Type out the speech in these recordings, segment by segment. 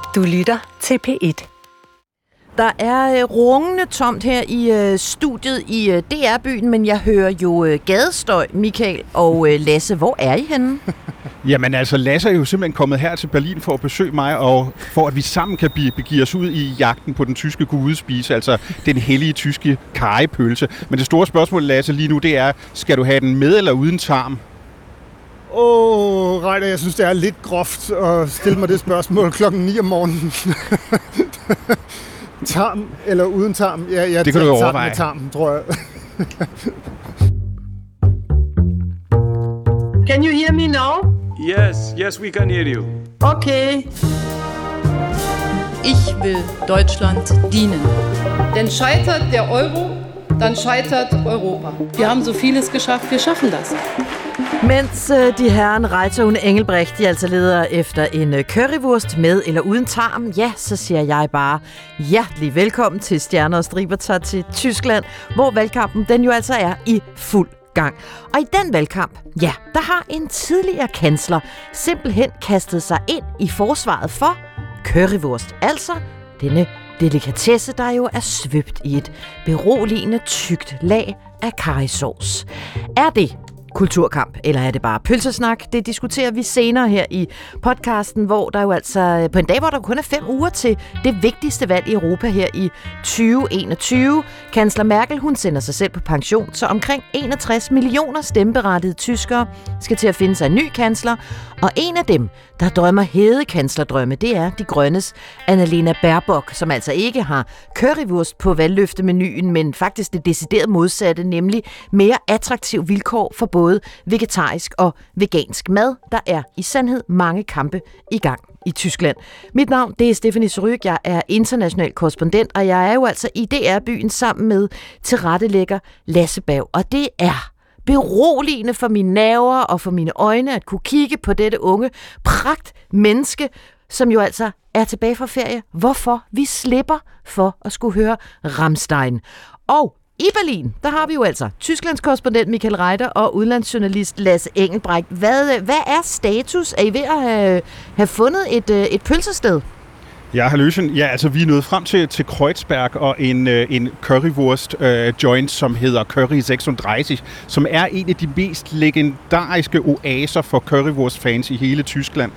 Du lytter til P1. Der er rungende tomt her i studiet i DR-byen, men jeg hører jo gadestøj, Michael og Lasse. Hvor er I henne? Jamen altså, Lasse er jo simpelthen kommet her til Berlin for at besøge mig, og for at vi sammen kan begive os ud i jagten på den tyske gudespise, altså den hellige tyske karrypølse. Men det store spørgsmål, Lasse, lige nu, det er, skal du have den med eller uden tarm? Reiter, jeg synes, det er lidt groft at stille mig det spørgsmål klokken 9 om morgenen. Tarm eller uden tarm? Ja, det kan du overveje. Med tarm, tror jeg. Can you hear me now? Yes, we can hear you. Okay. Ich will Deutschland dienen. Denn scheitert der Euro, dann scheitert Europa. Wir haben so vieles geschafft, wir schaffen das. Mens de herren Reiter und Engelbrecht, de altså leder efter en currywurst med eller uden tarm, ja, så siger jeg bare hjertelig velkommen til Stjerner og Striber tager til Tyskland, hvor valgkampen den jo altså er i fuld gang. Og i den valgkamp, ja, der har en tidligere kansler simpelthen kastet sig ind i forsvaret for currywurst, altså denne delikatesse, der jo er svøbt i et beroligende tykt lag af karrysauce. Er det kulturkamp, eller er det bare pølsesnak? Det diskuterer vi senere her i podcasten, hvor der jo altså på en dag, hvor der kun er 5 uger til det vigtigste valg i Europa her i 2021. Kansler Merkel, hun sender sig selv på pension, så omkring 61 millioner stemmeberettigede tyskere skal til at finde sig en ny kansler, og en af dem, der drømmer hede kanslerdrømme, det er De Grønnes Annalena Baerbock, som altså ikke har currywurst på valgløftemenuen, men faktisk det decideret modsatte, nemlig mere attraktiv vilkår for både vegetarisk og vegansk mad. Der er i sandhed mange kampe i gang i Tyskland. Mit navn, det er Stephanie Surryk, jeg er international korrespondent, og jeg er jo altså i DR-byen sammen med tilrettelægger Lasse Berg, og det er beroligende for mine nerver og for mine øjne at kunne kigge på dette unge pragt menneske, som jo altså er tilbage fra ferie, hvorfor vi slipper for at skulle høre Rammstein. Og i Berlin, der har vi jo altså Tysklands korrespondent Michael Reiter og udlandsjournalist Lasse Engelbrecht. Hvad er status? Er I ved at have fundet et pølsested? Ja, halløsen. Ja, altså vi er nået frem til Kreuzberg og en currywurst joint, som hedder Curry 36, som er en af de mest legendariske oaser for currywurst-fans i hele Tyskland.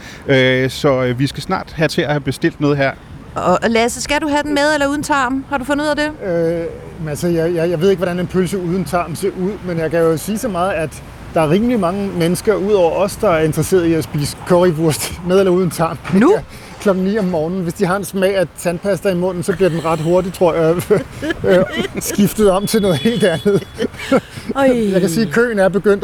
Så vi skal snart have til at have bestilt noget her. Og Lasse, skal du have den med eller uden tarm? Har du fundet ud af det? Altså, jeg ved ikke, hvordan en pølse uden tarm ser ud, men jeg kan jo sige så meget, at der er rimelig mange mennesker, udover os, der er interesseret i at spise currywurst med eller uden tarm. Nu? Klokken 9 om morgenen. Hvis de har en smag af tandpasta i munden, så bliver den ret hurtigt, tror jeg, skiftet om til noget helt andet. Jeg kan sige, at køen er begyndt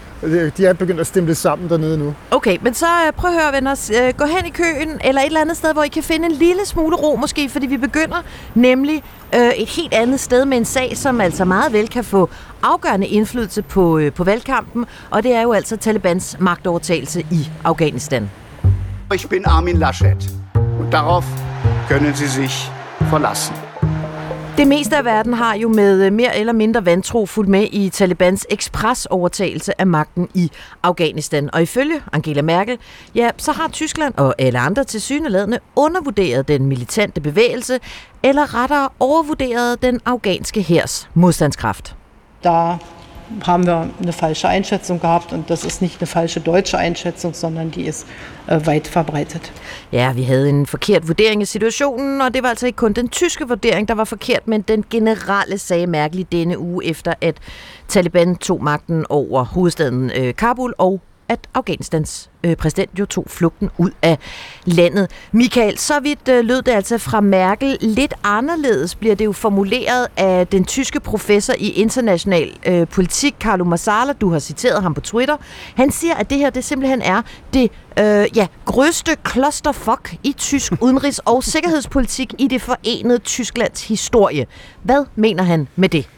at stimle sammen dernede nu. Okay, men så prøv at høre, venner. Gå hen i køen, eller et eller andet sted, hvor I kan finde en lille smule ro måske, fordi vi begynder nemlig et helt andet sted med en sag, som altså meget vel kan få afgørende indflydelse på valgkampen, og det er jo altså Talibans magtovertagelse i Afghanistan. Ich bin Armin Laschet, und darauf können Sie sich verlassen. Det meste af verden har jo med mere eller mindre vantro fulgt med i Talibans ekspresovertagelse af magten i Afghanistan. Og ifølge Angela Merkel, ja, så har Tyskland og alle andre tilsyneladende undervurderet den militante bevægelse, eller rettere overvurderet den afghanske hærs modstandskraft. Da haben wir eine falsche Einschätzung gehabt, und das ist nicht eine falsche deutsche Einschätzung, sondern die ist weit verbreitet. Ja, vi havde en forkert vurdering af situationen, og det var altså ikke kun den tyske vurdering, der var forkert, men den generelle, sagde Merkel i denne uge, efter at Taliban tog magten over hovedstaden Kabul, og at Afghanistans præsident jo tog flugten ud af landet. Michael, så vidt lød det altså fra Merkel. Lidt anderledes bliver det jo formuleret af den tyske professor i international politik, Carlo Marsala. Du har citeret ham på Twitter. Han siger, at det her det simpelthen er det grøste clusterfuck i tysk udenrigs- og sikkerhedspolitik i det forenede Tysklands historie. Hvad mener han med det?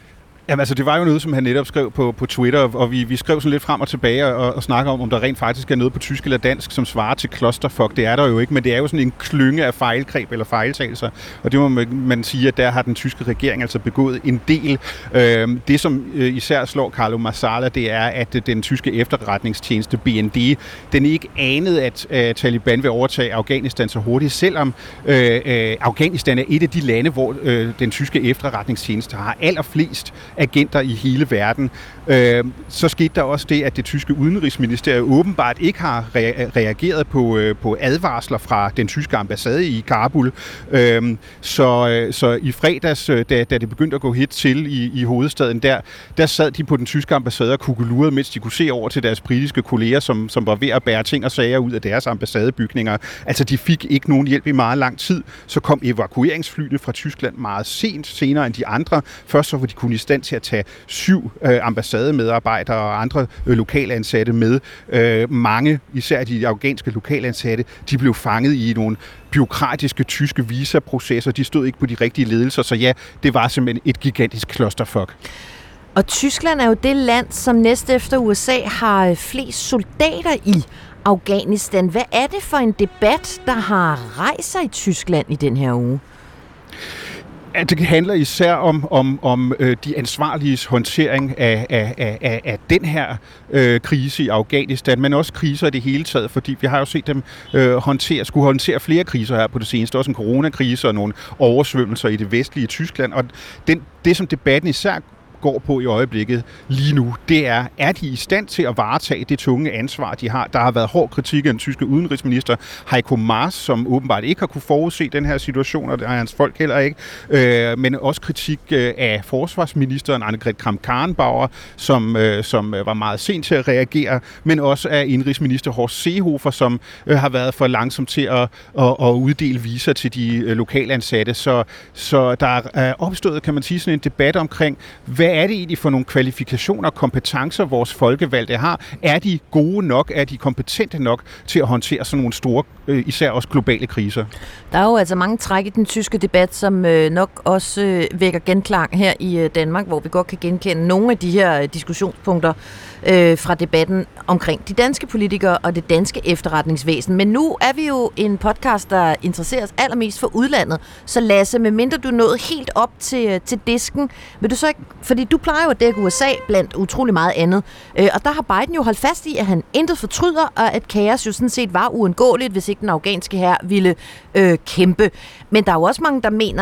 Jamen altså, det var jo noget, som han netop skrev på Twitter, og vi skrev sådan lidt frem og tilbage og snakker om der rent faktisk er noget på tysk eller dansk, som svarer til clusterfuck. Det er der jo ikke, men det er jo sådan en klynge af fejlgreb eller fejltagelser, og det må man sige, at der har den tyske regering altså begået en del. Det, som især slår Carlo Marsala, det er, at den tyske efterretningstjeneste BND, den ikke anede, at Taliban vil overtage Afghanistan så hurtigt, selvom Afghanistan er et af de lande, hvor den tyske efterretningstjeneste har allerflest agenter i hele verden. Så skete der også det, at det tyske udenrigsministerium åbenbart ikke har reageret på advarsler fra den tyske ambassade i Kabul. Så i fredags, da det begyndte at gå hit til i hovedstaden, der sad de på den tyske ambassade og kugelurede, mens de kunne se over til deres britiske kolleger, som var ved at bære ting og sager ud af deres ambassadebygninger. Altså, de fik ikke nogen hjælp i meget lang tid. Så kom evakueringsflyene fra Tyskland meget senere end de andre. Først så var de kun i stand til at tage 7 ambassademedarbejdere og andre lokalansatte med. Mange, især de afghanske lokalansatte, de blev fanget i nogle bureaukratiske tyske visaprocesser. De stod ikke på de rigtige ledelser, så ja, det var simpelthen et gigantisk clusterfuck. Og Tyskland er jo det land, som næst efter USA har flest soldater i Afghanistan. Hvad er det for en debat, der har rejst sig i Tyskland i den her uge? Det handler især om de ansvarliges håndtering af den her krise i Afghanistan, men også kriser i det hele taget, fordi vi har jo set dem skulle håndtere flere kriser her på det seneste, også en coronakrise og nogle oversvømmelser i det vestlige Tyskland, og det som debatten især går på i øjeblikket lige nu, det er de i stand til at varetage det tunge ansvar, de har. Der har været hård kritik af den tyske udenrigsminister Heiko Maas, som åbenbart ikke har kunne forudse den her situation, og det har hans folk heller ikke. Men også kritik af forsvarsministeren Annegret Kramp-Karrenbauer, som var meget sent til at reagere, men også af indrigsminister Horst Seehofer, som har været for langsom til at uddele visa til de lokalansatte. Så der er opstået, kan man sige, sådan en debat omkring, hvad er det egentlig for nogle kvalifikationer og kompetencer, vores folkevalgte har? Er de gode nok? Er de kompetente nok til at håndtere sådan nogle store, især også globale kriser? Der er jo altså mange træk i den tyske debat, som nok også vækker genklang her i Danmark, hvor vi godt kan genkende nogle af de her diskussionspunkter fra debatten omkring de danske politikere og det danske efterretningsvæsen. Men nu er vi jo en podcast, der interesserer os allermest for udlandet. Så Lasse, medmindre du er nået helt op til disken, vil du så ikke, fordi du plejer jo at dække USA blandt utrolig meget andet, og der har Biden jo holdt fast i, at han intet fortryder, og at kaos jo sådan set var uundgåeligt, hvis ikke den afghanske hær ville kæmpe. Men der er jo også mange, der mener,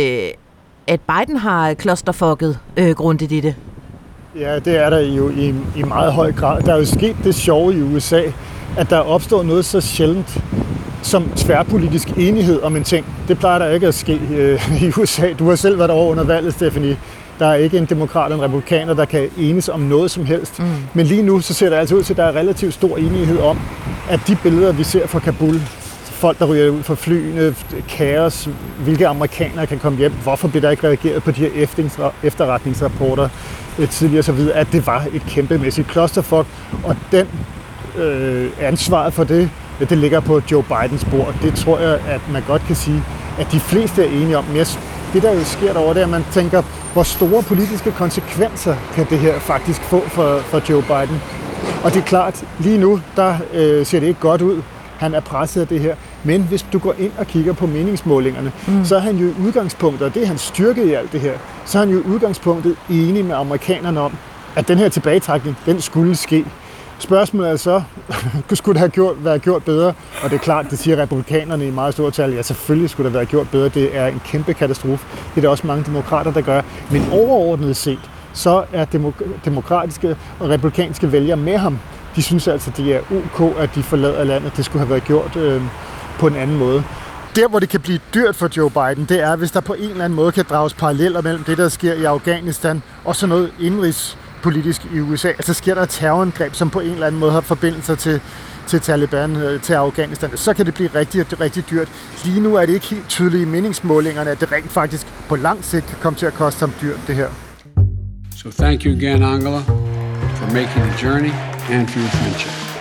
at Biden har clusterfucket grundigt i det. Ja, det er der jo i meget høj grad. Der er jo sket det sjove i USA, at der er opstået noget så sjældent som tværpolitisk enighed om en ting. Det plejer der ikke at ske i USA. Du har selv været over under valget, Stephanie. Der er ikke en demokrat og en republikaner, der kan enes om noget som helst. Men lige nu så ser det altså ud til, at der er relativt stor enighed om, at de billeder, vi ser fra Kabul, folk, der ryger ud fra flyene, kaos, hvilke amerikanere kan komme hjem, hvorfor bliver der ikke reageret på de her efterretningsrapporter tidligere så videre, at det var et kæmpemæssigt clusterfuck, og den ansvaret for det ligger på Joe Bidens bord. Det tror jeg, at man godt kan sige, at de fleste er enige om. Men det, der jo sker derovre, det er, at man tænker, hvor store politiske konsekvenser kan det her faktisk få for Joe Biden. Og det er klart, lige nu, der ser det ikke godt ud. Han er presset af det her. Men hvis du går ind og kigger på meningsmålingerne, så er han jo i udgangspunktet, og det er hans styrke i alt det her, så er han jo i udgangspunktet enig med amerikanerne om, at den her tilbagetrækning, den skulle ske. Spørgsmålet er så, skulle det have været gjort bedre? Og det er klart, det siger republikanerne i meget stort tal. Ja, selvfølgelig skulle det have været gjort bedre. Det er en kæmpe katastrofe. Det er der også mange demokrater, der gør. Men overordnet set, så er demokratiske og republikanske vælgere med ham. De synes altså, det er ok, at de forlader landet. Det skulle have været gjort på en anden måde. Der, hvor det kan blive dyrt for Joe Biden, det er, hvis der på en eller anden måde kan drages paralleller mellem det, der sker i Afghanistan, og så noget indrigspolitisk i USA. Altså sker der et terrorangreb, som på en eller anden måde har forbindelser til Taliban, til Afghanistan, så kan det blive rigtig, rigtig dyrt. Lige nu er det ikke helt tydeligt i meningsmålingerne, at det rent faktisk på lang sigt kan komme til at koste ham dyrt, det her. So thank you again, Angela, for making the journey and for your friendship.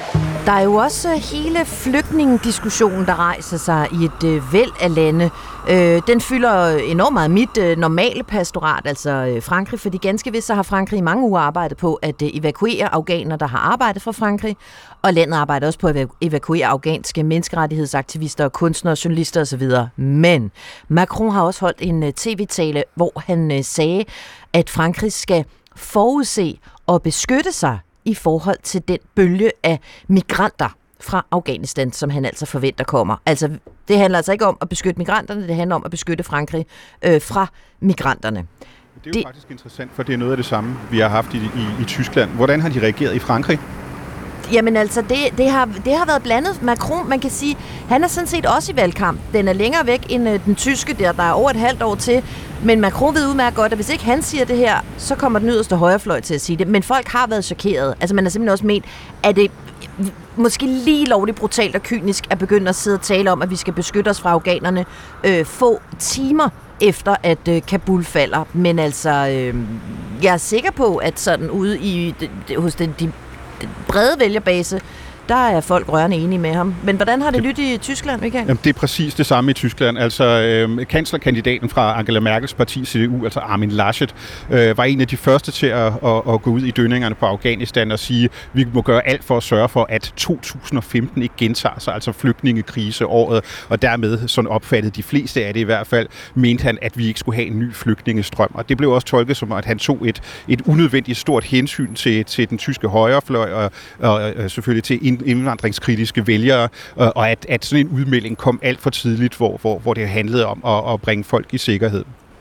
Der er jo også hele flygtningediskussionen, der rejser sig i et væld af lande. Den fylder enormt meget mit normale pastorat, altså Frankrig, fordi ganske vist så har Frankrig i mange uger arbejdet på at evakuere afghanere, der har arbejdet for Frankrig, og landet arbejder også på at evakuere afghanske menneskerettighedsaktivister, kunstnere, journalister osv. Men Macron har også holdt en tv-tale, hvor han sagde, at Frankrig skal forudse og beskytte sig i forhold til den bølge af migranter fra Afghanistan, som han altså forventer kommer. Altså, det handler altså ikke om at beskytte migranterne, det handler om at beskytte Frankrig fra migranterne. Det er jo faktisk interessant, for det er noget af det samme, vi har haft i Tyskland. Hvordan har de reageret i Frankrig? Jamen altså, det har været blandet. Macron, man kan sige, han er sådan set også i valgkamp. Den er længere væk end den tyske, der er over et halvt år til. Men Macron ved udmærket godt, at hvis ikke han siger det her, så kommer den yderste højrefløj til at sige det. Men folk har været chokeret. Altså man har simpelthen også ment, at det måske lige lovligt brutalt og kynisk at begynde at sidde og tale om, at vi skal beskytte os fra afghanerne få timer efter at Kabul falder. Men altså, jeg er sikker på, at sådan ude hos den brede vælgerbase, der er folk rørende enige med ham. Men hvordan har det lyttet i Tyskland, Michael? Jamen, det er præcis det samme i Tyskland. Altså, kanslerkandidaten fra Angela Merkels parti, CDU, altså Armin Laschet, var en af de første til at gå ud i dønningerne på Afghanistan og sige, at vi må gøre alt for at sørge for, at 2015 ikke gentager sig, altså flygtningekriseåret, og dermed, sådan opfattede de fleste af det i hvert fald, mente han, at vi ikke skulle have en ny flygtningestrøm. Og det blev også tolket som, at han tog et unødvendigt stort hensyn til den tyske højrefløj, og selvfølgelig til indvandringskritiske vælgere, og at sådan en udmelding kom alt for tidligt, hvor det handlede om at bringe folk i sikkerhed.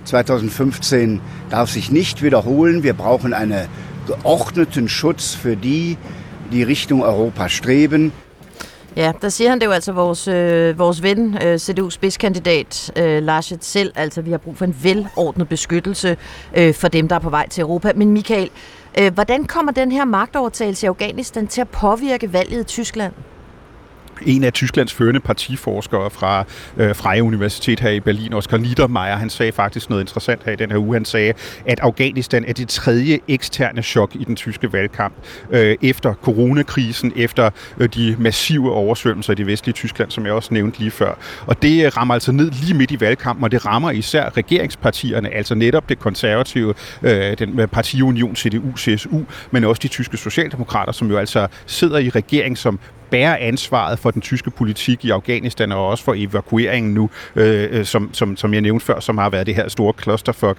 2015 darf sich nicht wiederholen. Wir brauchen einen geordneten Schutz für die Richtung Europa streben. Ja, der siger han det jo altså vores ven, CDU-spidskandidat Laschet selv, altså vi har brug for en velordnet beskyttelse for dem, der er på vej til Europa. Men Michael, hvordan kommer den her magtovertagelse i Afghanistan til at påvirke valget i Tyskland? En af Tysklands førende partiforskere fra Freie Universitet her i Berlin, Oskar Niedermayer, han sagde faktisk noget interessant her i den her uge. Han sagde, at Afghanistan er det tredje eksterne chok i den tyske valgkamp. Efter coronakrisen, efter de massive oversvømmelser i det vestlige Tyskland, som jeg også nævnte lige før. Og det rammer altså ned lige midt i valgkampen, og det rammer især regeringspartierne, altså netop det konservative, den partiunion CDU-CSU, men også de tyske socialdemokrater, som jo altså sidder i regering, som bærer ansvaret for den tyske politik i Afghanistan og også for evakueringen nu, som jeg nævnte før, som har været det her store clusterfuck.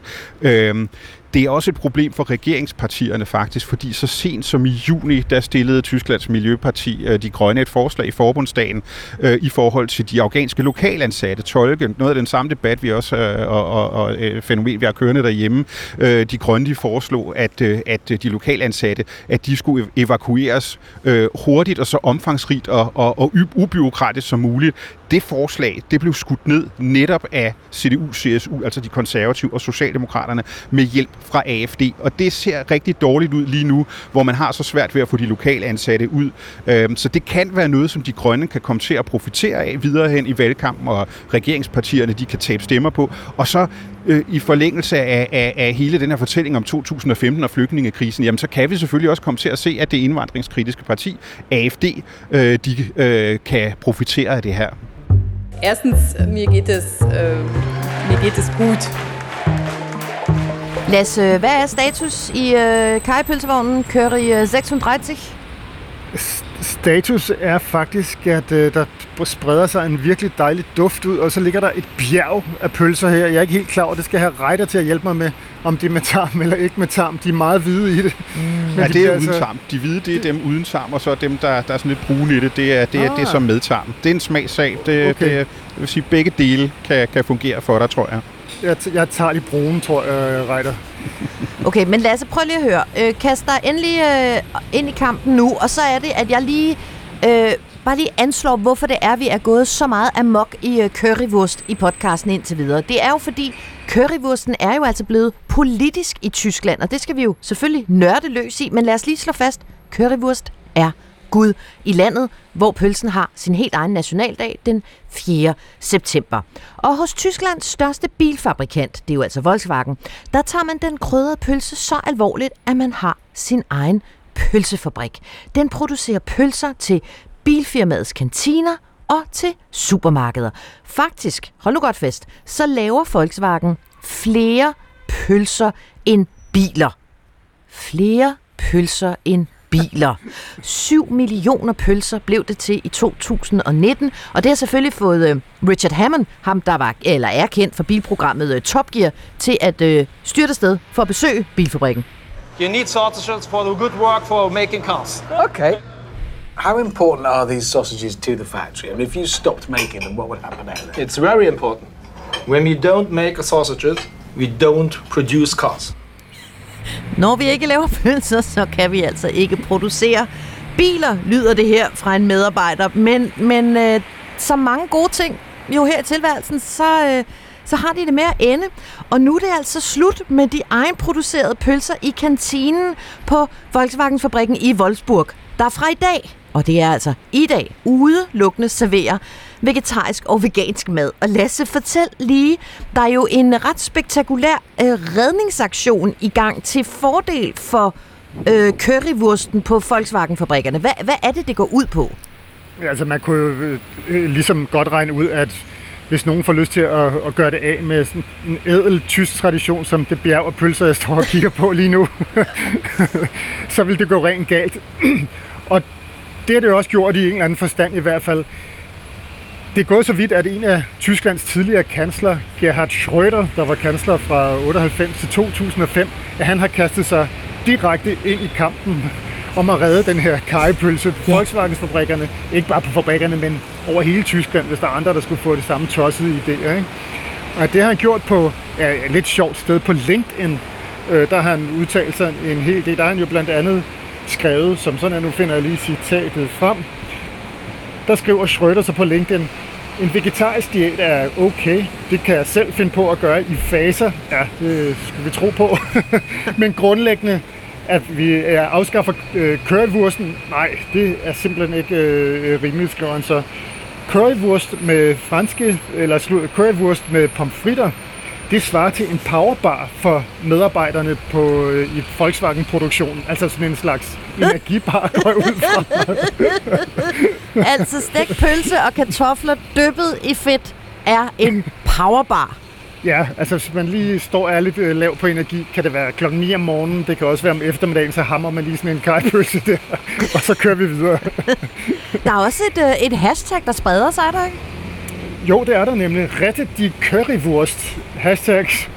Det er også et problem for regeringspartierne faktisk, fordi så sent som i juni, der stillede Tysklands Miljøparti De Grønne et forslag i forbundsdagen i forhold til de afghanske lokalansatte tolke. Noget af den samme debat, vi også og fænomen, vi har kørende derhjemme. De Grønne, de foreslog, at de lokalansatte, at de skulle evakueres hurtigt og så omfangsrigt og ubureaukratisk som muligt. Det forslag, det blev skudt ned netop af CDU-CSU, altså de konservative og socialdemokraterne, med hjælp fra AFD. Og det ser rigtig dårligt ud lige nu, hvor man har så svært ved at få de lokale ansatte ud. Så det kan være noget, som de grønne kan komme til at profitere af videre hen i valgkampen, og regeringspartierne, de kan tabe stemmer på. Og så i forlængelse af hele den her fortælling om 2015 og flygtningekrisen, jamen så kan vi selvfølgelig også komme til at se, at det indvandringskritiske parti, AFD, de kan profitere af det her. Erstens, mir geht es gut. Lasse, hvad er status i kajepølsevognen Curry 36? Status er faktisk, at der spreder sig en virkelig dejlig duft ud, og så ligger der et bjerg af pølser her. Jeg er ikke helt klar over, det skal have Reiter til at hjælpe mig med, om det er med tarm eller ikke med tarm. De er meget hvide i det. Ja, det er uden tarm. De hvide, det er dem uden tarm, og så dem, der er sådan lidt brune i det, det er som med tarm. Det er en smagssag. Det vil sige, begge dele kan fungere for dig, tror jeg. Jeg tager de brune, tror jeg, Reiter. Okay, men Lasse, prøv lige at høre. Kast dig endelig ind i kampen nu, og så er det, at jeg lige bare lige anslår, hvorfor det er, vi er gået så meget amok i currywurst i podcasten indtil videre. Det er jo fordi, currywursten er jo altså blevet politisk i Tyskland, og det skal vi jo selvfølgelig nørde løs i, men lad os lige slå fast, currywurst er Gud i landet, hvor pølsen har sin helt egen nationaldag den 4. september. Og hos Tysklands største bilfabrikant, det er jo altså Volkswagen, der tager man den krydrede pølse så alvorligt, at man har sin egen pølsefabrik. Den producerer pølser til bilfirmaets kantiner og til supermarkeder. Faktisk, hold nu godt fast, så laver Volkswagen flere pølser end biler. Flere pølser end biler. 7 millioner pølser blev det til i 2019, og det har selvfølgelig fået Richard Hammond, ham der er kendt for bilprogrammet Top Gear, til at styrte afsted for at besøge bilfabrikken. You need sausages for the good work for making cars. Okay. How important are these sausages to the factory? I mean, if you stopped making them, what would happen there? It's very important. When we don't make sausages, we don't produce cars. Når vi ikke laver pølser, så kan vi altså ikke producere biler, lyder det her fra en medarbejder. Men så mange gode ting jo her i tilværelsen, så har de det med at ende. Og nu er det altså slut med de egenproducerede pølser i kantinen på Volkswagen-fabrikken i Wolfsburg, der fra i dag, og det er altså i dag, udelukkende serverer vegetarisk og vegansk mad. Og Lasse, fortæl lige, der er jo en ret spektakulær redningsaktion i gang til fordel for currywursten på Volkswagen-fabrikkerne. Hvad er det går ud på? Altså man kunne jo ligesom godt regne ud, at hvis nogen får lyst til at gøre det af med sådan en ædel tysk tradition, som det bjerg og pølser, jeg står og kigger på lige nu, så vil det gå rent galt. Og det har det jo også gjort i en eller anden forstand i hvert fald. Det er gået så vidt, at en af Tysklands tidligere kansler, Gerhard Schröder, der var kansler fra 98 til 2005, at han har kastet sig direkte ind i kampen om at redde den her karrypølse på Volkswagen-fabrikkerne. Ikke bare på fabrikkerne, men over hele Tyskland, hvis der er andre, der skulle få det samme tossede idéer. Ikke? Og det har han gjort på et lidt sjovt sted på LinkedIn. Der har han udtalt sig en hel del. Der har han jo blandt andet skrevet, som sådan, nu finder jeg lige citatet frem. Der skriver Schröder så på LinkedIn: en vegetarisk diæt er okay. Det kan jeg selv finde på at gøre i faser. Ja, det skal vi tro på. Men grundlæggende, at vi afskaffer currywursten, nej, det er simpelthen ikke rimeligt, skriver han så. Currywurst med currywurst med pomfritter, det svarer til en powerbar for medarbejderne i Volkswagen-produktionen. Altså sådan en slags energibar, går ud fra. Altså stegt pølse og kartofler dyppet i fedt er en powerbar. Ja, altså hvis man lige står ærligt lav på energi, kan det være klokken 9 om morgenen, det kan også være om eftermiddagen, så hammer man lige sådan en karrypølse der, og så kører vi videre. Der er også et hashtag, der spreder sig, der ikke? Jo, det er der nemlig. Rettet de currywurst. Hashtags.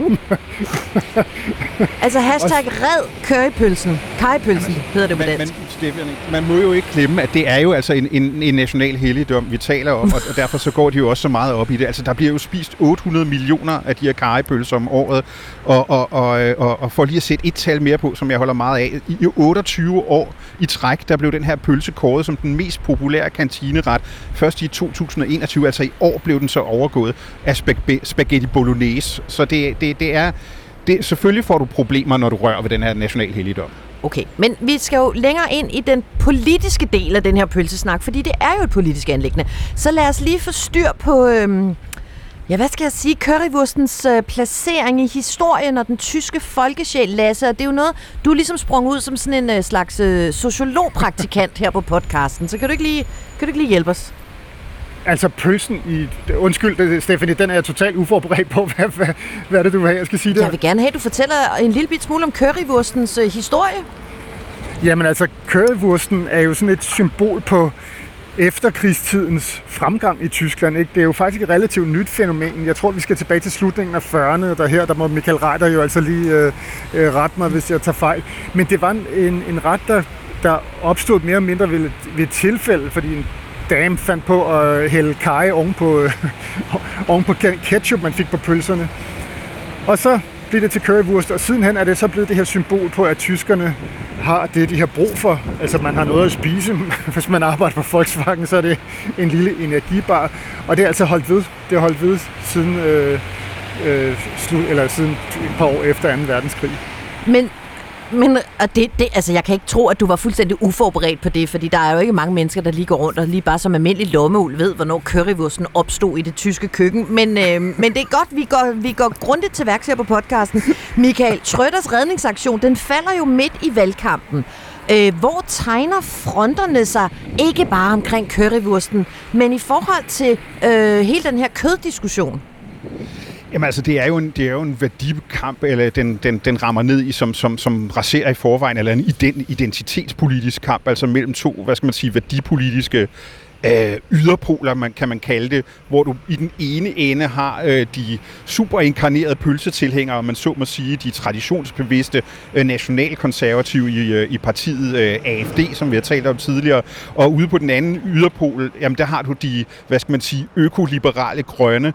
Altså hashtag red currypølsen. Karrypølsen hedder det på dansk. Man må jo ikke glemme, at det er jo altså en national helligdom, vi taler om, og derfor så går de jo også så meget op i det. Altså der bliver jo spist 800 millioner af de her karrypølser om året, og for lige at sætte et tal mere på, som jeg holder meget af, i 28 år i træk, der blev den her pølse kåret som den mest populære kantineret. Først i 2021, altså i år, blev den så overgået af spaghetti bolognese. Så det er selvfølgelig får du problemer, når du rører ved den her national helligdom. Okay, men vi skal jo længere ind i den politiske del af den her pølsesnak, fordi det er jo et politisk anliggende. Så lad os lige få styr på, currywurstens placering i historien og den tyske folkesjæl, Lasse. Og det er jo noget, du er ligesom sprunget ud som sådan en slags sociologpraktikant her på podcasten. Så kan du ikke lige hjælpe os? Altså pølsen undskyld, Stephanie, den er jeg totalt uforberedt på. Hvad er det, du vil have, jeg skal sige det? Jeg vil gerne have, at du fortæller en lille bit smule om currywurstens historie. Jamen altså, currywursten er jo sådan et symbol på efterkrigstidens fremgang i Tyskland. Ikke? Det er jo faktisk et relativt nyt fænomen. Jeg tror, vi skal tilbage til slutningen af 40'erne, der må Michael Reiter jo altså lige rette mig, hvis jeg tager fejl. Men det var en ret, der opstod mere og mindre ved tilfælde, fordi en dame fandt på at hælde karry oven på ketchup, man fik på pølserne. Og så blev det til currywurst, og sidenhen er det så blevet det her symbol på, at tyskerne har det, de har brug for. Altså man har noget at spise. Hvis man arbejder på Volkswagen, så er det en lille energibar. Og det er altså holdt ved. Det har holdt ved siden, siden et par år efter 2. verdenskrig. Men altså, jeg kan ikke tro, at du var fuldstændig uforberedt på det, fordi der er jo ikke mange mennesker, der lige går rundt og lige bare som almindelig lommeuld ved, hvornår currywursten opstod i det tyske køkken. Men det er godt, vi går grundigt til værks her på podcasten. Michael, Schröders redningsaktion, den falder jo midt i valgkampen. Hvor tegner fronterne sig, ikke bare omkring currywursten, men i forhold til hele den her køddiskussion? Jamen altså, det er jo en værdikamp, eller den rammer ned i, som raserer i forvejen, eller en identitetspolitisk kamp, altså mellem to, hvad skal man sige, værdipolitiske yderpoler, kan man kalde det, hvor du i den ene ende har de superinkarnerede pølsetilhængere, og man så må sige, de traditionsbevidste nationalkonservative i partiet AFD, som vi har talt om tidligere, og ude på den anden yderpol, jamen der har du de, hvad skal man sige, økoliberale grønne,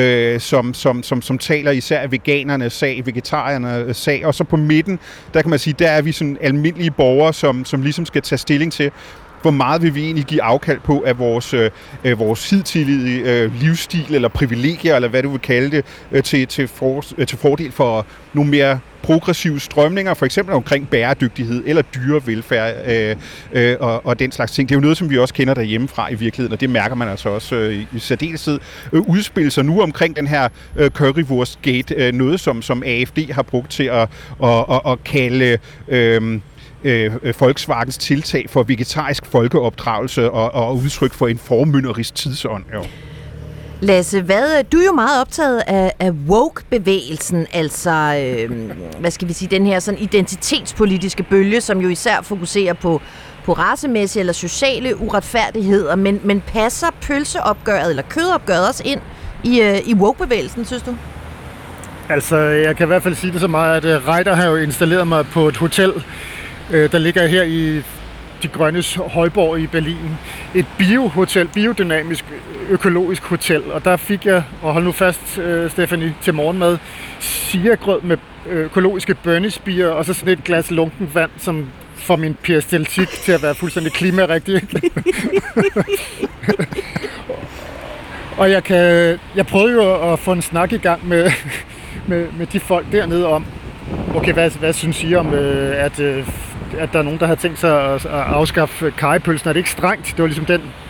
som taler især veganernes sag, vegetariernes sag, og så på midten, der kan man sige, der er vi sådan almindelige borgere, som ligesom skal tage stilling til, hvor meget vil vi egentlig give afkald på af vores hidtidige livsstil eller privilegier, eller hvad du vil kalde det, til fordel for nogle mere progressive strømninger, for eksempel omkring bæredygtighed eller dyrevelfærd og den slags ting. Det er jo noget, som vi også kender derhjemmefra i virkeligheden, og det mærker man altså også i særdeleshed udspille sig nu omkring den her currywurstgate, noget som AFD har brugt til at kalde Volkswagens tiltag for vegetarisk folkeopdragelse og udtryk for en formynderisk tidsånd. Jo. Lasse, du er jo meget optaget af woke-bevægelsen, altså, hvad skal vi sige, den her sådan identitetspolitiske bølge, som jo især fokuserer på racemæssige eller sociale uretfærdigheder, men passer pølseopgøret eller kødopgøret også ind i woke-bevægelsen, synes du? Altså, jeg kan i hvert fald sige det så meget, at Reiter har jo installeret mig på et hotel, der ligger her i De Grønnes højborg i Berlin. Et biohotel, biodynamisk økologisk hotel. Og der fik jeg, og hold nu fast, Stephanie, til morgenmad, siagrød med økologiske bønnespirer, og så sådan et glas lunkent vand, som får min peristaltik til at være fuldstændig klimarigtig. Og jeg prøvede jo at få en snak i gang med de folk dernede om, okay, hvad synes I om, at der er nogen, der har tænkt sig at afskaffe karrypølsen? Er det ikke strengt? Det var ligesom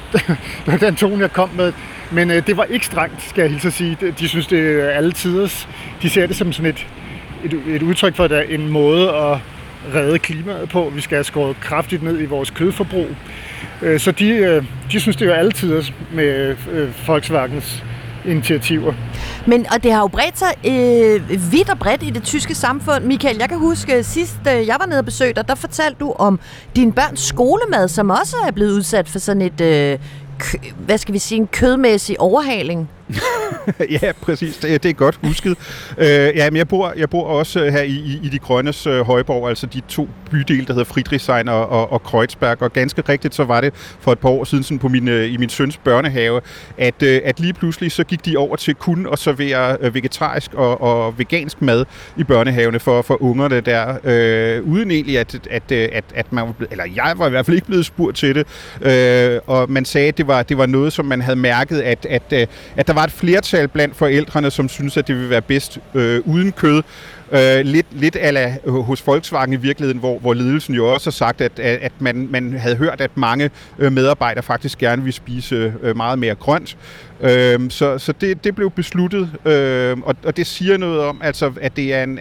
den tone, jeg kom med. Men det var ikke strengt, skal jeg hilse at sige. De synes, det er alle tiders. De ser det som sådan et udtryk for en måde at redde klimaet på. Vi skal have skåret kraftigt ned i vores kødforbrug. Så de synes, det er alle tiders med Volkswagens initiativer. Og det har jo bredt sig vidt og bredt i det tyske samfund. Michael, jeg kan huske sidst, jeg var nede og besøgte dig, der fortalte du om din børns skolemad, som også er blevet udsat for sådan et, hvad skal vi sige, en kødmæssig overhaling. Ja, præcis. Det er godt husket. Men jeg bor også her i De Grønnes højborg, altså de to bydele, der hedder Friedrichshain og Kreuzberg, og ganske rigtigt så var det for et par år siden sådan i min søns børnehave, at lige pludselig så gik de over til kun at servere vegetarisk og vegansk mad i børnehavene for ungerne der, uden egentlig at man var eller jeg var i hvert fald ikke blevet spurgt til det, og man sagde, at det var noget, som man havde mærket, at der var et flertal blandt forældrene, som synes, at det ville være bedst uden kød. Lidt ala hos Volkswagen i virkeligheden, hvor ledelsen jo også har sagt, at man havde hørt, at mange medarbejdere faktisk gerne vil spise meget mere grønt. Så det blev besluttet, og det siger noget om, altså, at det er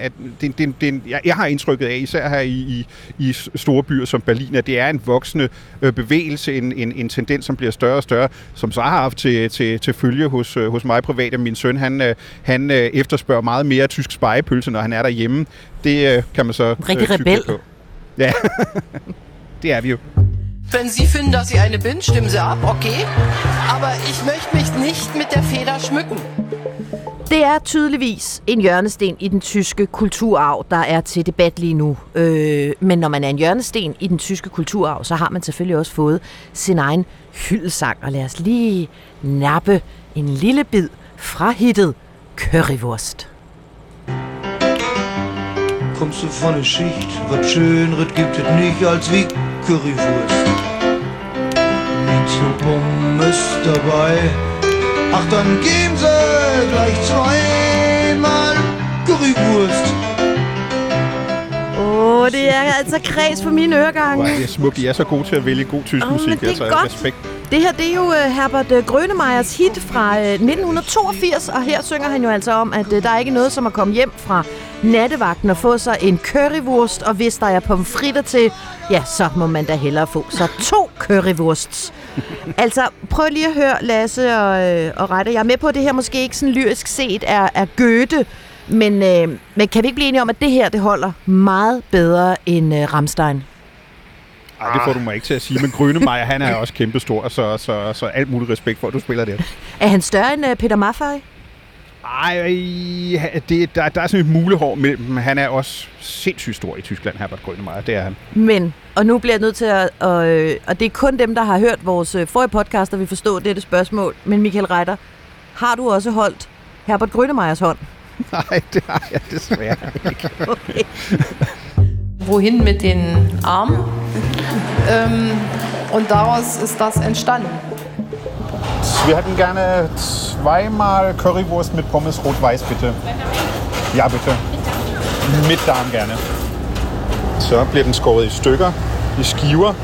jeg har indtrykket af, især her i store byer som Berlin, at det er en voksende bevægelse, en tendens, som bliver større og større, som så har haft til følge hos mig privat. Min søn, han efterspørger meget mere tysk spegepølse, når han er derhjemme. Det kan man så rigtig rebel. På. Ja, det er vi jo. Wenn Sie finden, dass ich eine bin, stimmen Sie ab, okay. Aber ich möchte mich nicht mit der Feder schmücken. Det er tydeligvis en hjørnesten i den tyske kulturarv, der er til debat lige nu. Men når man er en hjørnesten i den tyske kulturarv, så har man selvfølgelig også fået sin egen hyldesang. Og lad os lige nappe en lille bid fra hittet Currywurst. Kommst du von der Schicht, was Schöneres gibt es nicht als wie Currywurst. Nichts mit Pommes dabei, ach dann geben sie gleich zweimal Currywurst. det er altså kreds for mine øregange. Det er smukt. I er så gode til at vælge god tysk musik. Det er godt. Respekt. Det her, det er jo Herbert Grönemeyers hit fra 1982, og her synger han jo altså om, at der er ikke noget som at komme hjem fra nattevagten og få sig en currywurst, og hvis der er pomfritter til, ja, så må man da hellere få så 2 currywursts. Altså, prøv lige at høre, Lasse og Reiter. Jeg er med på, at det her måske ikke sådan lyrisk set er Goethe, men kan vi ikke blive enige om, at det her, det holder meget bedre end Rammstein? Ej, det får du mig ikke til at sige, men Grönemeyer, han er også kæmpestor, så alt muligt respekt for, at du spiller det. Er han større end Peter Maffay? Ej, der er sådan et mulehår mellem dem. Han er også sindssygt stor i Tyskland, Herbert Grönemeyer, det er han. Men, og nu bliver jeg nødt til at og det er kun dem, der har hørt vores forrige podcast, der vil forstå dette spørgsmål. Men Michael Reiter, har du også holdt Herbert Grönemeyers hånd? Nej, det har jeg desværre ikke. Okay. Wohin mit den Armen? Und daraus ist das entstanden. Wir hätten gerne 2-mal Currywurst mit Pommes rot-weiß, bitte. Ja, bitte. Mit Darm gerne. Så bliver den skåret i stykker, i skiver.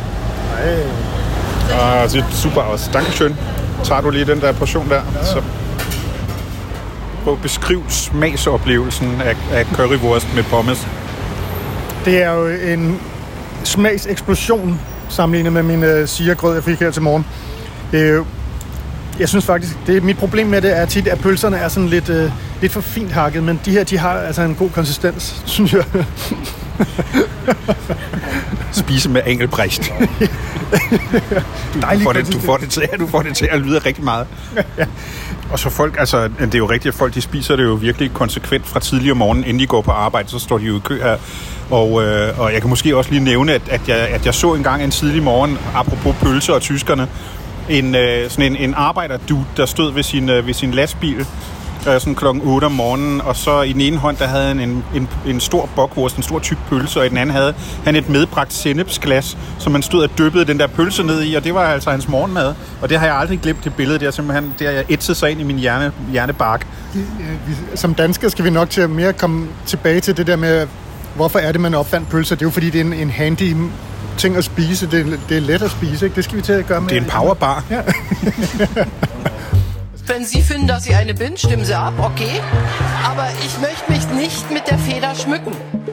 Og sieht super aus. Dankeschön. Tager du lige den der portion der? Så prøv at beskrive smagsoplevelsen af currywurst med pommes. Det er jo en smagseksplosion sammenlignet med min sirgrød, jeg fik her til morgen. Jeg synes faktisk, mit problem med det er tit, at pølserne er sådan lidt for fint hakket, men de her, de har altså en god konsistens, synes jeg. Spise med Engelbrecht. Du får det til at lyde rigtig meget. Ja. Og så folk, altså det er jo rigtigt, at folk de spiser det jo virkelig konsekvent fra tidlig om morgenen, inden de går på arbejde, så står de jo i kø her. Og jeg kan måske også lige nævne, at jeg så engang en tidlig morgen, apropos pølser og tyskerne, en arbejderdude, der stod ved sin lastbil sådan klokken 8 om morgenen, og så i den ene hånd, der havde han en stor bockwurst, en stor tyk pølse, og i den anden havde han et medbragt sennepsglas, som man stod og dyppede den der pølse ned i, og det var altså hans morgenmad. Og det har jeg aldrig glemt, det billede der, simpelthen, det har jeg ætset sig ind i min hjernebark. Som dansker skal vi nok til at mere komme tilbage til det der med, hvorfor er det, man opfandt pølser? Det er jo fordi, det er en handy ting at spise. Det er let at spise, ikke? Det skal vi til at gøre med. Det er en powerbar. Ja. Wenn Sie finden, dass ich eine bin, stimmen Sie ab, okay. Aber ich möchte mich nicht mit der Feder schmücken.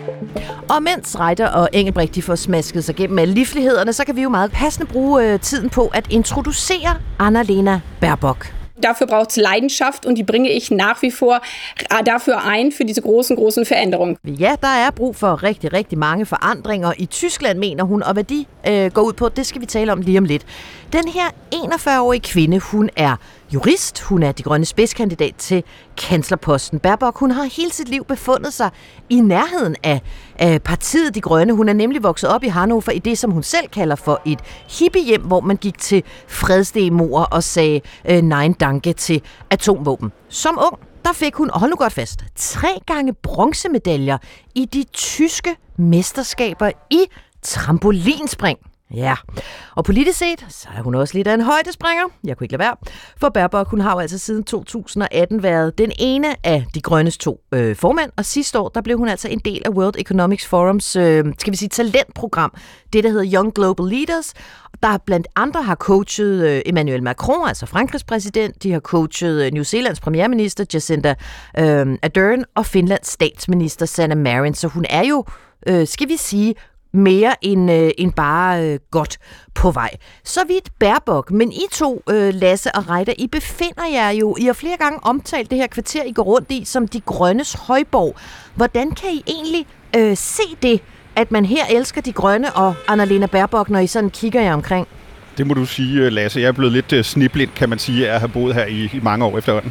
Og mens Reiter og Engelbrecht de får smasket sig gennem alle livlighederne, så kan vi jo meget passende bruge tiden på at introducere Annalena Baerbock. Dafür braucht es Leidenschaft, und die bringe ich nach wie vor dafür ein, für diese großen Veränderungen. Ja, der er brug for rigtig, rigtig mange forandringer i Tyskland, mener hun, og hvad de går ud på, det skal vi tale om lige om lidt. Den her 41-årige kvinde, hun er jurist, hun er De Grønnes spidskandidat til kanslerposten. Baerbock, hun har hele sit liv befundet sig i nærheden af partiet De Grønne. Hun er nemlig vokset op i Hannover i det, som hun selv kalder for et hippiehjem, hvor man gik til fredsdemoer og sagde nej danke til atomvåben. Som ung, der fik hun, hold nu godt fast, 3 gange bronzemedaljer i de tyske mesterskaber i trampolinspring. Ja, og politisk set, så er hun også lidt af en højdespringer. Jeg kunne ikke lade være. For Baerbock, hun har jo altså siden 2018 været den ene af De Grønnes 2 formænd, og sidste år, der blev hun altså en del af World Economic Forums, skal vi sige, talentprogram. Det, der hedder Young Global Leaders, der blandt andre har coachet Emmanuel Macron, altså Frankrigs præsident. De har coachet New Zealands premierminister Jacinda Ardern og Finlands statsminister Sanna Marin. Så hun er jo, skal vi sige, mere end bare godt på vej. Så vidt Baerbock, men I to, Lasse og Reiter, I befinder jer jo, I har flere gange omtalt det her kvarter, I går rundt i, som De Grønnes højborg. Hvordan kan I egentlig se det, at man her elsker De Grønne og Annalena Baerbock, når I sådan kigger jer omkring? Det må du sige, Lasse. Jeg er blevet lidt sniblind, kan man sige, at have boet her i mange år efterhånden.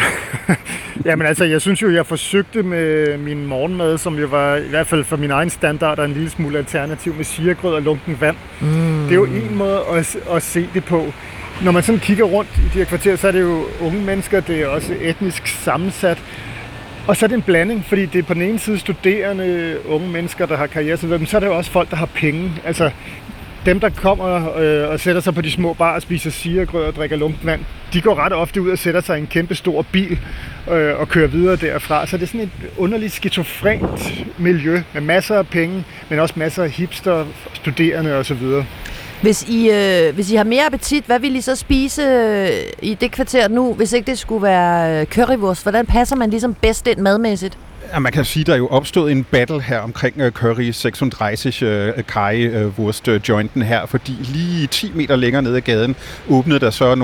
Jamen altså, jeg synes jo, jeg forsøgte med min morgenmad, som jo var, i hvert fald for min egen standard, en lille smule alternativ med sirgrød og lunken vand. Det er jo en måde at se det på. Når man sådan kigger rundt i de her kvarterer, så er det jo unge mennesker, det er også etnisk sammensat. Og så er det en blanding, fordi det er på den ene side studerende unge mennesker, der har karriere, men så er det jo også folk, der har penge. Altså, dem, der kommer og sætter sig på de små bar og spiser siregrød og drikker lunkvand, de går ret ofte ud og sætter sig i en kæmpe stor bil og kører videre derfra. Så det er sådan et underligt skizofrent miljø med masser af penge, men også masser af hipster, studerende osv. Hvis I har mere appetit, hvad vil I så spise i det kvarter nu, hvis ikke det skulle være currywurst? Hvordan passer man ligesom bedst ind madmæssigt? Ja, man kan sige, at der er jo opstået en battle her omkring Curry 36 Currywurst-jointen her, fordi lige 10 meter længere nede ad gaden åbnede der så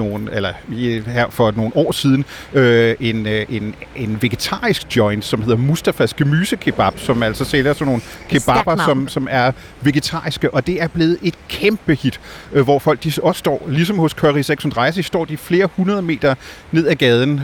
her for nogle år siden en vegetarisk joint, som hedder Mustafas Gemysekebab, som altså sælger sådan nogle kebaber, som er vegetariske, og det er blevet et kæmpe hit, hvor folk de også står, ligesom hos Curry 36, står de flere 100 meter ned ad gaden,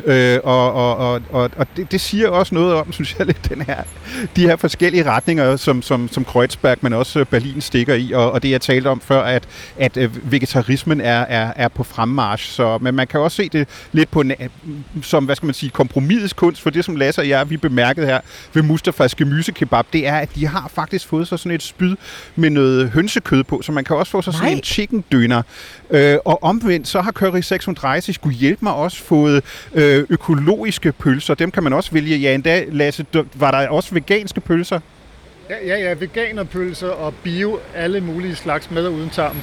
og det siger også noget om, synes jeg lidt, de her forskellige retninger, som Kreuzberg, men også Berlin stikker i, og det jeg talte om før, at vegetarismen er på fremmarch. Men man kan også se det lidt på som, hvad skal man sige, kompromisets kunst, for det som Lasse og jeg, vi bemærkede her ved Mustafas Gemysekebab, det er, at de har faktisk fået sig sådan et spyd med noget hønsekød på, så man kan også få sig sådan en chicken døner. Og omvendt, så har Curry 36 skulle hjælpe mig også fået økologiske pølser. Dem kan man også vælge. Ja, endda, Lasse, var der også veganske pølser? Ja, veganerpølser og bio, alle mulige slags med og uden tarm.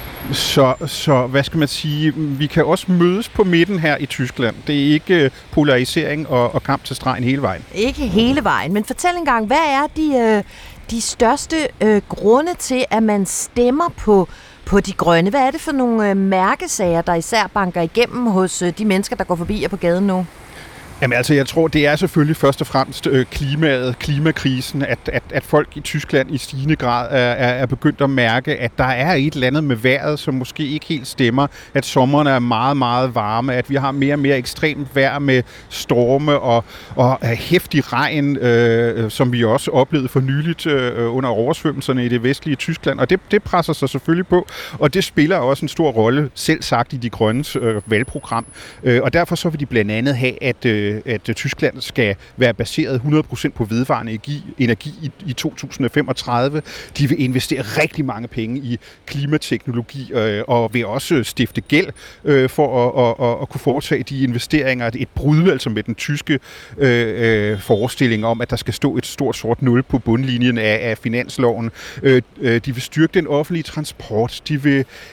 Så hvad skal man sige, vi kan også mødes på midten her i Tyskland. Det er ikke polarisering og kamp til stregen hele vejen. Ikke hele vejen, men fortæl engang, hvad er de største grunde til, at man stemmer på de grønne? Hvad er det for nogle mærkesager, der især banker igennem hos de mennesker, der går forbi på gaden nu? Jamen altså, jeg tror, det er selvfølgelig først og fremmest klimakrisen, at folk i Tyskland i stigende grad er begyndt at mærke, at der er et eller andet med vejret, som måske ikke helt stemmer, at sommerne er meget, meget varme, at vi har mere og mere ekstremt vejr med storme og heftig regn, som vi også oplevede for nyligt under oversvømmelserne i det vestlige Tyskland, og det presser sig selvfølgelig på, og det spiller også en stor rolle, selv sagt i de grønnes valgprogram, og derfor så vil de blandt andet have, at Tyskland skal være baseret 100% på vedvarende energi i 2035. De vil investere rigtig mange penge i klimateknologi og vil også stifte gæld for at kunne foretage de investeringer. Et brud altså med den tyske forestilling om, at der skal stå et stort sort nul på bundlinjen af finansloven. De vil styrke den offentlige transport. De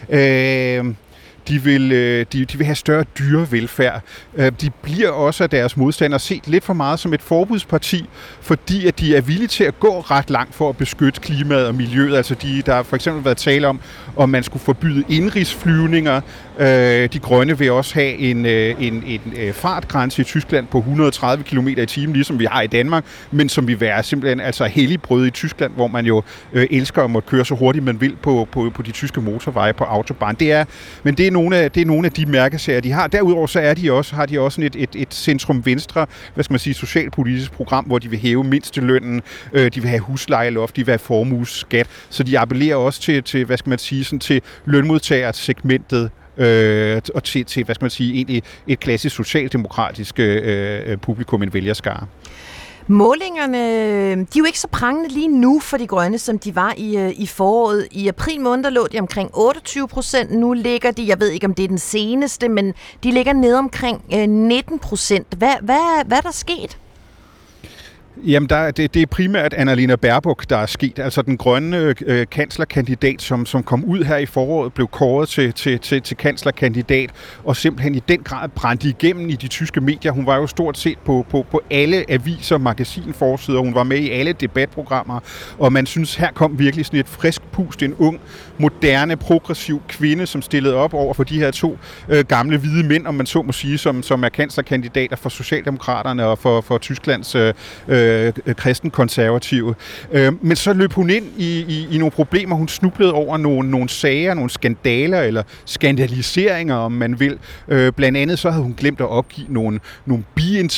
vil have større dyrevelfærd. De bliver også af deres modstandere set lidt for meget som et forbudsparti, fordi at de er villige til at gå ret langt for at beskytte klimaet og miljøet. Altså der har for eksempel været tale om man skulle forbyde indrigsflyvninger. De grønne vil også have en fartgrænse i Tyskland på 130 km i timen, ligesom vi har i Danmark, men som vil være simpelthen altså helligbrød i Tyskland, hvor man jo elsker at måtte køre så hurtigt man vil på de tyske motorveje på autobahn. Det er nogle af de mærkesager, de har. Derudover så har de også et centrum-venstre, hvad skal man sige, socialpolitisk program, hvor de vil hæve mindstelønnen, de vil have huslejeloft, de vil have formueskat, så de appellerer også til hvad skal man sige, sådan til lønmodtagersegmentet, og til, hvad skal man sige, egentlig et klassisk socialdemokratisk publikum, en vælgerskare. Målingerne, de er jo ikke så prangende lige nu for de grønne, som de var i foråret. I april måned, der lå de omkring 28%. Nu ligger de, jeg ved ikke om det er den seneste, men de ligger nede omkring 19%. Hvad er der sket? Jamen, det er primært Annalena Baerbock, der er sket. Altså den grønne kanslerkandidat, som kom ud her i foråret, blev kåret til kanslerkandidat, og simpelthen i den grad brændte igennem i de tyske medier. Hun var jo stort set på alle aviser, magasinforsider, hun var med i alle debatprogrammer, og man synes, her kom virkelig sådan et frisk pust, en ung, moderne, progressiv kvinde, som stillede op over for de her to gamle hvide mænd, om man så må sige, som er kanslerkandidater for Socialdemokraterne og for Tysklands kristenkonservative. Men så løb hun ind i nogle problemer. Hun snublede over nogle sager, nogle skandaler eller skandaliseringer, om man vil. Blandt andet så havde hun glemt at opgive nogle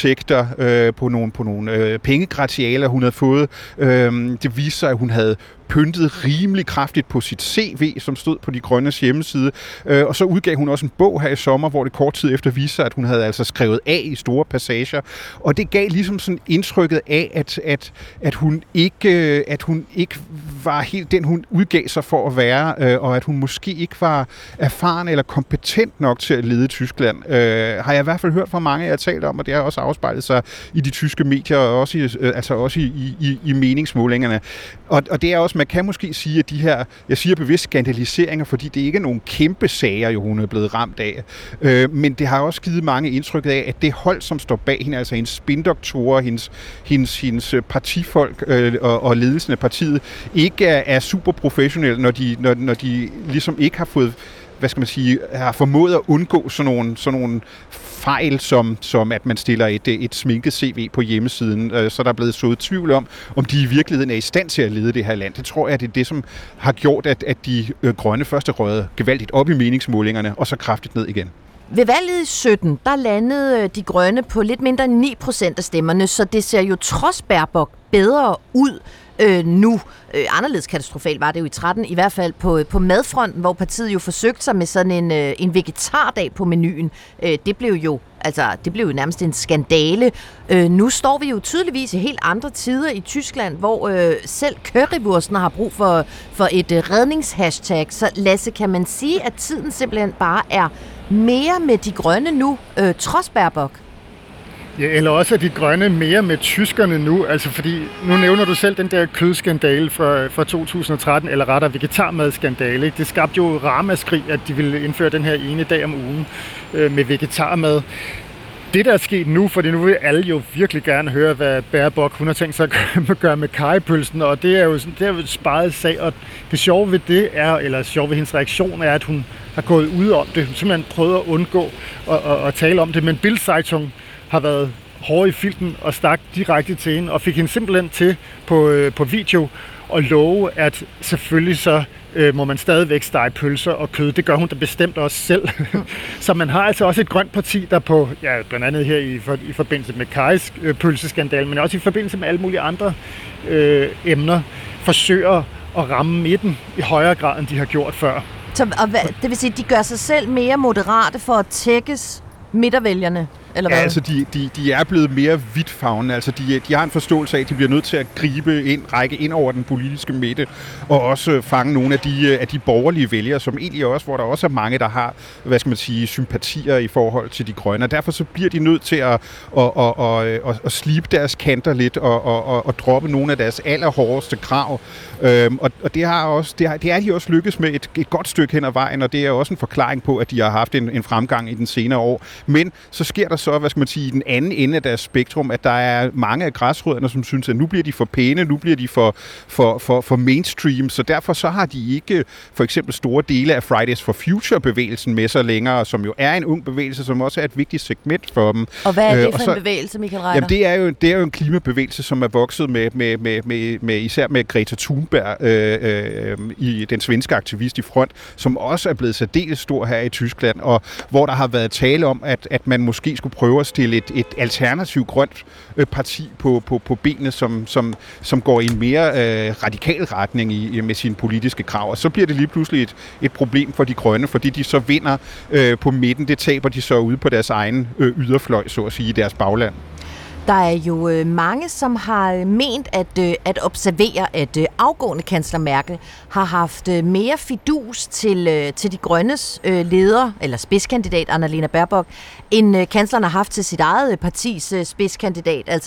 biindtægter på nogle pengegratialer, hun havde fået. Det viste sig, at hun havde pyntet rimelig kraftigt på sit CV, som stod på De Grønnes hjemmeside. Og så udgav hun også en bog her i sommer, hvor det kort tid efter viste sig, at hun havde altså skrevet af i store passager. Og det gav ligesom sådan indtrykket af, at hun ikke var helt den, hun udgav sig for at være, og at hun måske ikke var erfaren eller kompetent nok til at lede Tyskland. Har jeg i hvert fald hørt fra mange, jeg har talt om, og det har også afspejlet sig i de tyske medier, og også i meningsmålingerne. Og det er også, man kan måske sige, at de her, jeg siger bevidst skandaliseringer, fordi det ikke er nogen kæmpe sager, jo hun er blevet ramt af. Men det har også givet mange indtrykket af, at det hold, som står bag hende, altså hendes spindoktorer, hendes partifolk og ledelsen af partiet, ikke er super professionelle, når de ligesom ikke har fået, hvad skal man sige, har formået at undgå sådan nogle fejl, som at man stiller et sminket CV på hjemmesiden, så der er blevet sået tvivl om de i virkeligheden er i stand til at lede det her land. Det tror jeg, det er det, som har gjort, at de grønne første røde gevaldigt op i meningsmålingerne, og så kraftigt ned igen. Ved valget i 17, der landede De Grønne på lidt mindre end 9% af stemmerne, så det ser jo trods Baerbock bedre ud nu. Anderledes katastrofalt var det jo i 13, i hvert fald på madfronten, hvor partiet jo forsøgte sig med sådan en vegetardag på menuen. Det blev jo nærmest en skandale. Nu står vi jo tydeligvis i helt andre tider i Tyskland, hvor selv currywursten har brug for et redningshashtag. Så Lasse, kan man sige, at tiden simpelthen bare er mere med De Grønne nu, trods Baerbock? Ja, eller også er De Grønne mere med tyskerne nu, altså fordi, nu nævner du selv den der kødskandale fra 2013, eller rettere vegetarmadskandale, ikke? Det skabte jo ramaskrig, at de ville indføre den her ene dag om ugen med vegetarmad. Det, der er sket nu, fordi nu vil alle jo virkelig gerne høre, hvad Baerbock hun har tænkt sig at gøre med karrypølsen, og det er jo et sparet sag, og det sjove ved det er, eller sjove ved hendes reaktion er, at hun har gået ud om det, hun simpelthen prøvet at undgå at tale om det, men Bild-Zeitung har været hårde i filten og stak direkte til hende, og fik hende simpelthen til på video og love, at selvfølgelig så må man stadigvæk stege pølser og kød. Det gør hun da bestemt også selv. Så man har altså også et grønt parti, der på, ja, blandt andet her i forbindelse med Karys pølseskandal, men også i forbindelse med alle mulige andre emner, forsøger at ramme midten i højere grad, end de har gjort før. Så, det vil sige, at de gør sig selv mere moderate for at tækkes midtervælgerne? Eller hvad? Ja, altså de er blevet mere vidtfavnende. Altså de har en forståelse af, at de bliver nødt til at række ind over den politiske midte, og også fange nogle af de borgerlige vælgere, som egentlig også, hvor der også er mange, der har, hvad skal man sige, sympatier i forhold til De Grønne. Og derfor så bliver de nødt til at slibe deres kanter lidt og droppe nogle af deres allerhårdeste krav. Og det er de også lykkes med et godt stykke hen ad vejen, og det er også en forklaring på, at de har haft en fremgang i den senere år. Men så sker der så, hvad skal man sige, i den anden ende af deres spektrum, at der er mange af græsrødderne, som synes, at nu bliver de for pæne, nu bliver de for mainstream, så derfor så har de ikke for eksempel store dele af Fridays for Future-bevægelsen med sig længere, som jo er en ung bevægelse, som også er et vigtigt segment for dem. Og hvad er det for en bevægelse, Michael Reiter? Jamen, det er jo en klimabevægelse, som er vokset med især med Greta Thunberg, i den svenske aktivist i front, som også er blevet særdeles stor her i Tyskland, og hvor der har været tale om, at man måske skulle prøve at stille et alternativt grønt parti på benene, som går i en mere radikal retning med sine politiske krav. Og så bliver det lige pludselig et problem for De Grønne, fordi de så vinder på midten. Det taber de så ude på deres egen yderfløj, så at sige, i deres bagland. Der er jo mange, som har ment at observere, at afgående kansler Merkel har haft mere fidus til De Grønnes leder, eller spidskandidat Annalena Baerbock, end kansleren har haft til sit eget partis spidskandidat, altså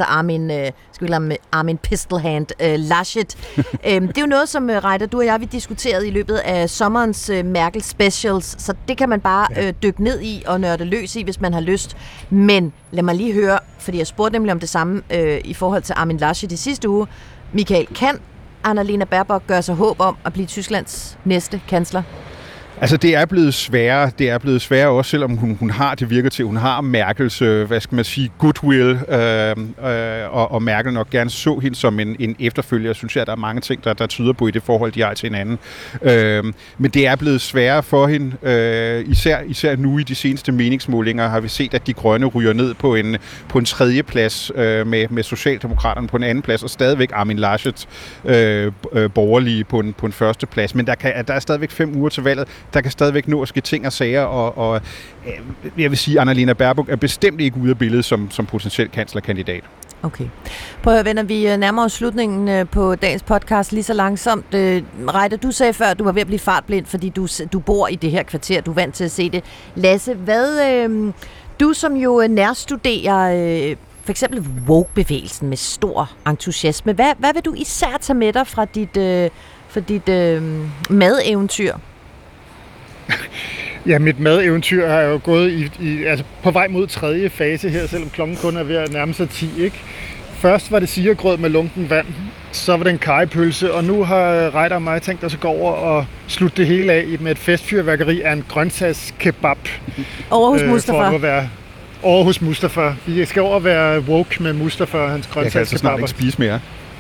Armin Pistolhand Laschet. Det er jo noget, som Reiter, du og jeg, vi diskuterede i løbet af sommerens Merkel Specials, så det kan man bare dykke ned i og nørde løs i, hvis man har lyst. Men lad mig lige høre, fordi jeg spurgte nemlig om det samme i forhold til Armin Laschet i sidste uge. Michael, kan Annalena Baerbock gøre sig håb om at blive Tysklands næste kansler? Altså, det er blevet sværere. Det er blevet sværere også, selvom hun har, det virker til, hun har Merkels, hvad skal man sige, goodwill, og Merkel nok gerne så hende som en efterfølger. Jeg synes, at der er mange ting, der tyder på i det forhold, de har til hinanden. Men det er blevet sværere for hende. Især nu i de seneste meningsmålinger har vi set, at de grønne ryger ned på en tredje plads med Socialdemokraterne på en anden plads, og stadigvæk Armin Laschet borgerlige på en første plads. Men der er stadigvæk 5 uger til valget. Der kan stadigvæk nå at ske ting og sager, og jeg vil sige, Annalena Baerbock er bestemt ikke ude af billedet som potentiel kanslerkandidat. Okay. Prøv at venner, vi nærmer os slutningen på dagens podcast lige så langsomt. Reiter, du sagde før, at du var ved at blive fartblind, fordi du bor i det her kvarter. Du er vant til at se det. Lasse, du som jo nærstuderer for eksempel woke-bevægelsen med stor entusiasme. Hvad vil du især tage med dig fra dit madeventyr? Ja, mit madeventyr har jo gået altså på vej mod 3. fase her, selvom klokken kun er ved at nærme sig 10, ikke? Først var det siregrød med lunken vand, så var det en karrypølse, og nu har Reiter og mig tænkt os at gå over og slutte det hele af med et festfyrværkeri af en grøntsagskebab. Over hos Mustafa. Over hos Mustafa. Vi skal over være woke med Mustafa og hans grøntsagskebaber. Jeg kan altså snart ikke spise mere.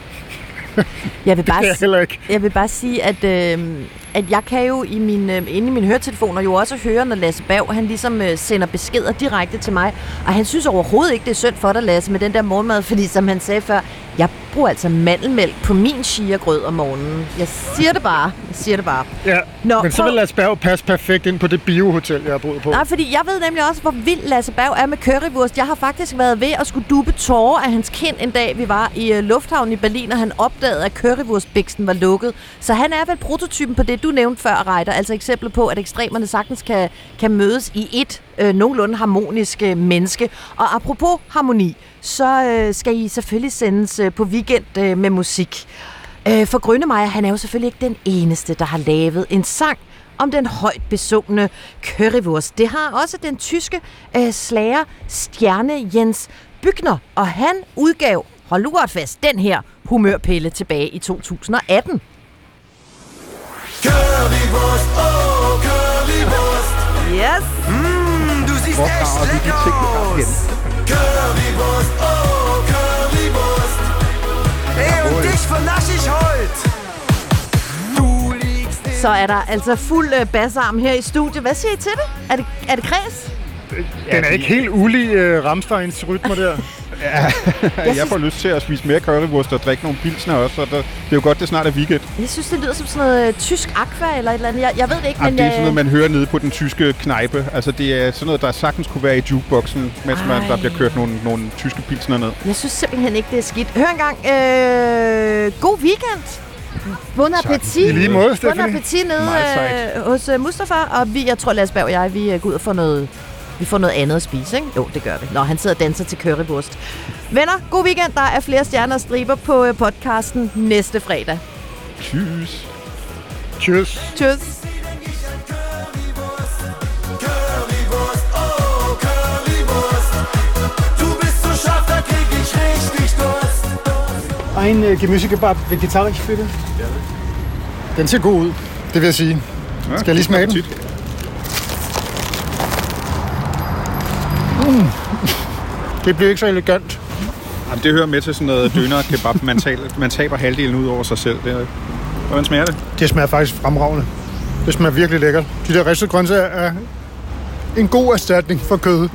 Jeg vil bare sige, at jeg kan jo inde i mine høretelefoner jo også høre, når Lasse Berg, han ligesom sender beskeder direkte til mig, og han synes overhovedet ikke, det er synd for dig, Lasse, med den der morgenmad, fordi som han sagde før, jeg bruger altså mandelmælk på min chiagrød om morgenen. Jeg siger det bare. Ja, men så vil Lasse Berg passe perfekt ind på det biohotel, jeg har boet på. Nej, fordi jeg ved nemlig også, hvor vild Lasse Berg er med currywurst. Jeg har faktisk været ved at skulle duppe tårer af hans kind en dag, vi var i lufthavnen i Berlin, og han opdagede, at currywurstbiksen var lukket. Så han er vel prototypen på det, du nævnte før, Reiter. Altså eksempler på, at ekstremerne sagtens kan mødes i et nogenlunde harmonisk menneske. Og apropos harmoni, så skal I selvfølgelig sendes på weekend med musik. For Grønemeyer, han er jo selvfølgelig ikke den eneste, der har lavet en sang om den højt besungne currywurst. Det har også den tyske slager stjerne Jens Büchner, og han udgav, hold nu godt fast, den her humørpille tilbage i 2018. Currywurst, oh Currywurst. Yes. Du siehst echt lecker aus. Currywurst, oh Currywurst. Ey, und dich vernasch ich heut. Så er der altså fuld bassarm her i studiet. Hvad siger I til det? Er det kræs? Den er ikke helt ulig Rammsteins rytmer der. Ja, jeg får lyst til at spise mere currywurst og drikke nogle pilsner også, og det er jo godt, det snart er weekend. Jeg synes, det lyder som sådan noget tysk aqua eller et eller andet. Jeg ved det ikke, men... Det er sådan noget, man hører nede på den tyske knejpe. Altså, det er sådan noget, der sagtens kunne være i jukeboxen, mens der bliver kørt nogle tyske pilsner ned. Jeg synes simpelthen ikke, det er skidt. Hør engang. God weekend! Bon appetit. I lige måde, Stephanie. Bon appetit nede hos Mustafa, og jeg tror, Lasse Berg og jeg, vi går ud og får noget... Vi får noget andet at spise, ikke? Jo, det gør vi. Når han sidder og danser til currywurst. Venner, god weekend. Der er flere stjerner og striber på podcasten næste fredag. Tschüss. Tschüss. Tschüss. Ein Gemüsekebab vegetarisch, bitte. Den ser god ud, det vil jeg sige. Ja, skal jeg lige smage den? Det bliver ikke så elegant. Jamen, det hører med til sådan noget døner-kebab. Man taber halvdelen ud over sig selv. Hvordan smager det? Det smager faktisk fremragende. Det smager virkelig lækkert. De der ristede grøntsager er en god erstatning for kød.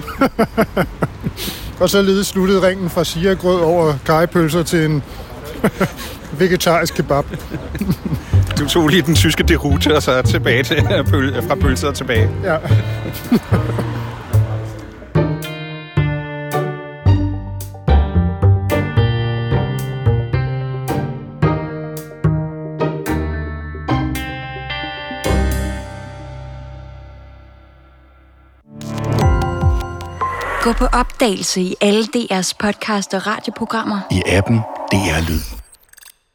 Og så ledes sluttede ringen fra siregrød over karrypølser til en vegetarisk kebab. Du tog lige den tyske derute og så tilbage til fra pølser tilbage. Ja. Gå på opdagelse i alle DR's podcast og radioprogrammer. I appen DR Lyd.